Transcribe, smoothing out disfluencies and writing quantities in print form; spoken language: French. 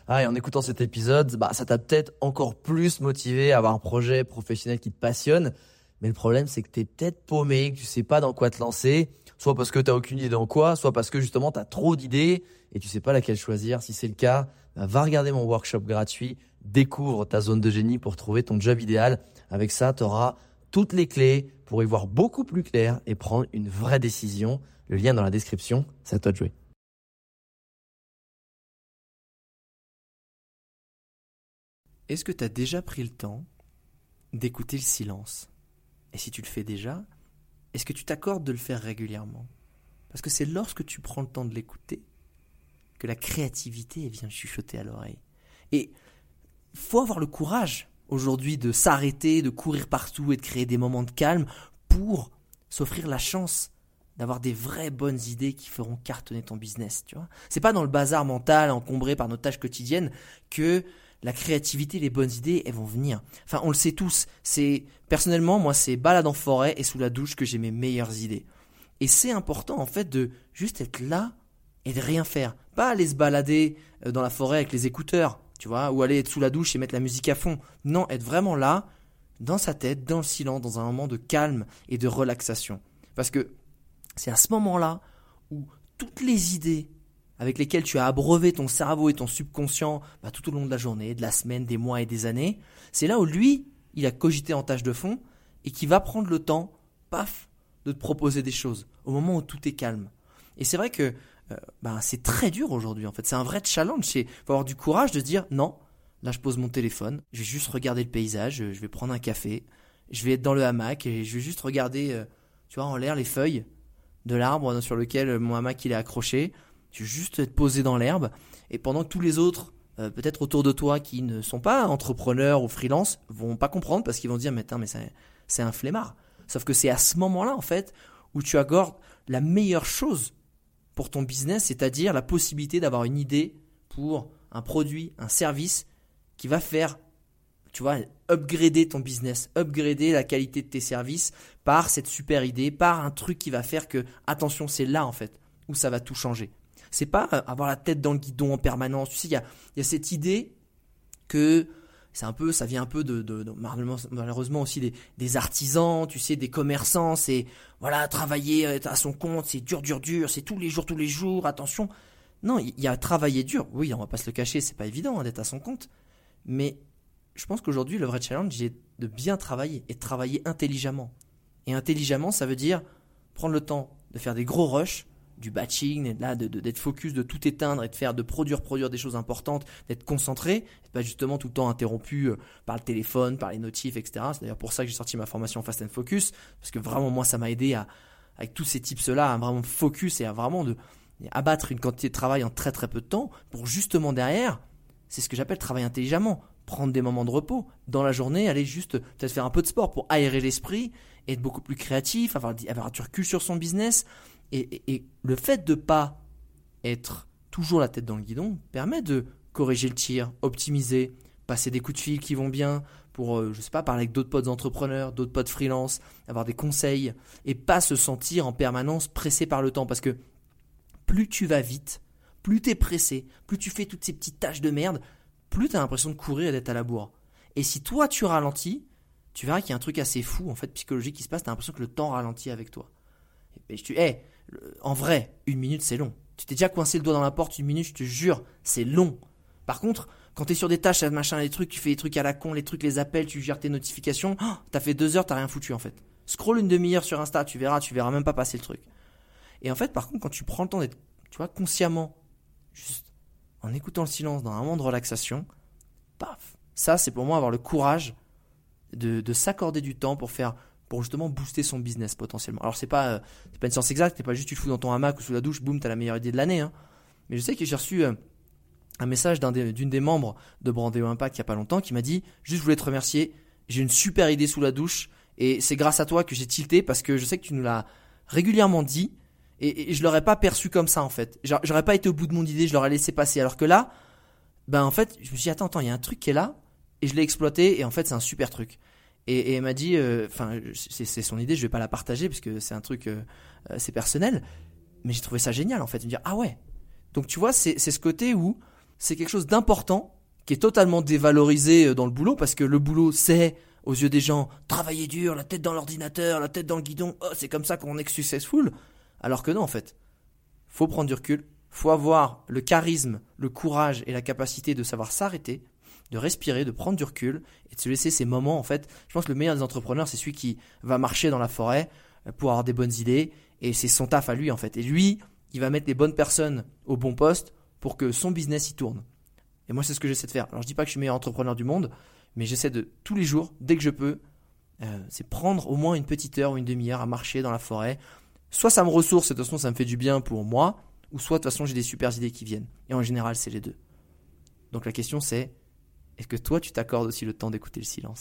Ah, et en écoutant cet épisode, ça t'a peut-être encore plus motivé à avoir un projet professionnel qui te passionne. Mais le problème, c'est que t'es peut-être paumé, que tu sais pas dans quoi te lancer. Soit parce que t'as aucune idée dans quoi, soit parce que justement t'as trop d'idées et tu sais pas laquelle choisir. Si c'est le cas, va regarder mon workshop gratuit. Découvre ta zone de génie pour trouver ton job idéal. Avec ça, t'auras toutes les clés pour y voir beaucoup plus clair et prendre une vraie décision. Le lien dans la description, c'est à toi de jouer. Est-ce que tu as déjà pris le temps d'écouter le silence? Et si tu le fais déjà, est-ce que tu t'accordes de le faire régulièrement? Parce que c'est lorsque tu prends le temps de l'écouter que la créativité vient chuchoter à l'oreille. Et il faut avoir le courage aujourd'hui de s'arrêter, de courir partout et de créer des moments de calme pour s'offrir la chance d'avoir des vraies bonnes idées qui feront cartonner ton business. Tu vois, c'est pas dans le bazar mental encombré par nos tâches quotidiennes que la créativité, les bonnes idées, elles vont venir. Enfin, on le sait tous. Personnellement, moi, c'est balade en forêt et sous la douche que j'ai mes meilleures idées. Et c'est important, en fait, de juste être là et de rien faire. Pas aller se balader dans la forêt avec les écouteurs, tu vois, ou aller être sous la douche et mettre la musique à fond. Non, être vraiment là, dans sa tête, dans le silence, dans un moment de calme et de relaxation. Parce que c'est à ce moment-là où toutes les idées avec lesquelles tu as abreuvé ton cerveau et ton subconscient tout au long de la journée, de la semaine, des mois et des années, c'est là où lui, il a cogité en tâche de fond et qui va prendre le temps, paf, de te proposer des choses au moment où tout est calme. Et c'est vrai que c'est très dur aujourd'hui en fait, c'est un vrai challenge, il faut avoir du courage de se dire non, là je pose mon téléphone, je vais juste regarder le paysage, je vais prendre un café, je vais être dans le hamac et je vais juste regarder en l'air les feuilles de l'arbre sur lequel mon hamac il est accroché. Tu veux juste être posé dans l'herbe et pendant que tous les autres, peut-être autour de toi qui ne sont pas entrepreneurs ou freelance, vont pas comprendre parce qu'ils vont dire mais c'est un flemmard. Sauf que c'est à ce moment-là en fait où tu accordes la meilleure chose pour ton business, c'est-à-dire la possibilité d'avoir une idée pour un produit, un service qui va faire, upgrader ton business, upgrader la qualité de tes services par cette super idée, par un truc qui va faire que, attention, c'est là en fait où ça va tout changer. C'est pas avoir la tête dans le guidon en permanence. Tu sais, il y a cette idée que ça vient un peu de malheureusement aussi des artisans, tu sais, des commerçants. C'est travailler à son compte, c'est dur, c'est tous les jours. Attention, non, il y a travailler dur. Oui, on va pas se le cacher, c'est pas évident d'être à son compte. Mais je pense qu'aujourd'hui, le vrai challenge, c'est de bien travailler et de travailler intelligemment. Et intelligemment, ça veut dire prendre le temps de faire des gros rushs, du batching, d'être focus, de tout éteindre et de produire des choses importantes, d'être concentré, pas justement tout le temps interrompu par le téléphone, par les notifs, etc. C'est d'ailleurs pour ça que j'ai sorti ma formation Fast and Focus, parce que vraiment moi ça m'a aidé avec tous ces tips-là à vraiment focus et à vraiment abattre une quantité de travail en très très peu de temps pour justement derrière, c'est ce que j'appelle travailler intelligemment, prendre des moments de repos dans la journée, aller juste peut-être faire un peu de sport pour aérer l'esprit, être beaucoup plus créatif, avoir du recul sur son business. Et le fait de ne pas être toujours la tête dans le guidon permet de corriger le tir, optimiser, passer des coups de fil qui vont bien pour, parler avec d'autres potes entrepreneurs, d'autres potes freelance, avoir des conseils et pas se sentir en permanence pressé par le temps. Parce que plus tu vas vite, plus tu es pressé, plus tu fais toutes ces petites tâches de merde, plus tu as l'impression de courir et d'être à la bourre. Et si toi tu ralentis, tu verras qu'il y a un truc assez fou en fait psychologique qui se passe, tu as l'impression que le temps ralentit avec toi. Et en vrai, 1 minute c'est long. Tu t'es déjà coincé le doigt dans la porte, 1 minute, je te jure, c'est long. Par contre, quand tu es sur des tâches, les trucs, tu fais des trucs à la con, les appels, tu gères tes notifications, t'as fait 2 heures, t'as rien foutu en fait. Scroll 1 demi-heure sur Insta, tu verras même pas passer le truc. Et en fait, par contre, quand tu prends le temps d'être, consciemment, juste en écoutant le silence dans un moment de relaxation, paf, ça c'est pour moi avoir le courage de s'accorder du temps pour justement booster son business potentiellement. Alors c'est pas une science exacte, c'est pas juste tu te fous dans ton hamac ou sous la douche, boum, t'as la meilleure idée de l'année. Mais je sais que j'ai reçu un message d'une des membres de Brandéo Impact il y a pas longtemps qui m'a dit juste je voulais te remercier, j'ai une super idée sous la douche et c'est grâce à toi que j'ai tilté parce que je sais que tu nous l'as régulièrement dit et je l'aurais pas perçu comme ça en fait. J'aurais pas été au bout de mon idée, je l'aurais laissé passer. Alors que là, en fait, je me suis dit attends, il y a un truc qui est là et je l'ai exploité et en fait c'est un super truc. Et elle m'a dit, c'est son idée, je vais pas la partager parce que c'est un truc, c'est personnel, mais j'ai trouvé ça génial en fait, de me dire ah ouais. Donc tu vois, c'est ce côté où c'est quelque chose d'important qui est totalement dévalorisé dans le boulot parce que le boulot, c'est, aux yeux des gens, travailler dur, la tête dans l'ordinateur, la tête dans le guidon, oh, c'est comme ça qu'on est successful. Alors que non, en fait. Faut prendre du recul, faut avoir le charisme, le courage et la capacité de savoir s'arrêter, de respirer, de prendre du recul et de se laisser ces moments. En fait, je pense que le meilleur des entrepreneurs, c'est celui qui va marcher dans la forêt pour avoir des bonnes idées et c'est son taf à lui en fait. Et lui, il va mettre les bonnes personnes au bon poste pour que son business y tourne. Et moi, c'est ce que j'essaie de faire. Alors, je dis pas que je suis le meilleur entrepreneur du monde, mais j'essaie de tous les jours, dès que je peux, c'est prendre au moins une petite heure ou une demi-heure à marcher dans la forêt. Soit ça me ressource et de toute façon ça me fait du bien pour moi, ou soit de toute façon j'ai des super idées qui viennent. Et en général, c'est les deux. Donc la question c'est, est-ce que toi tu t'accordes aussi le temps d'écouter le silence ?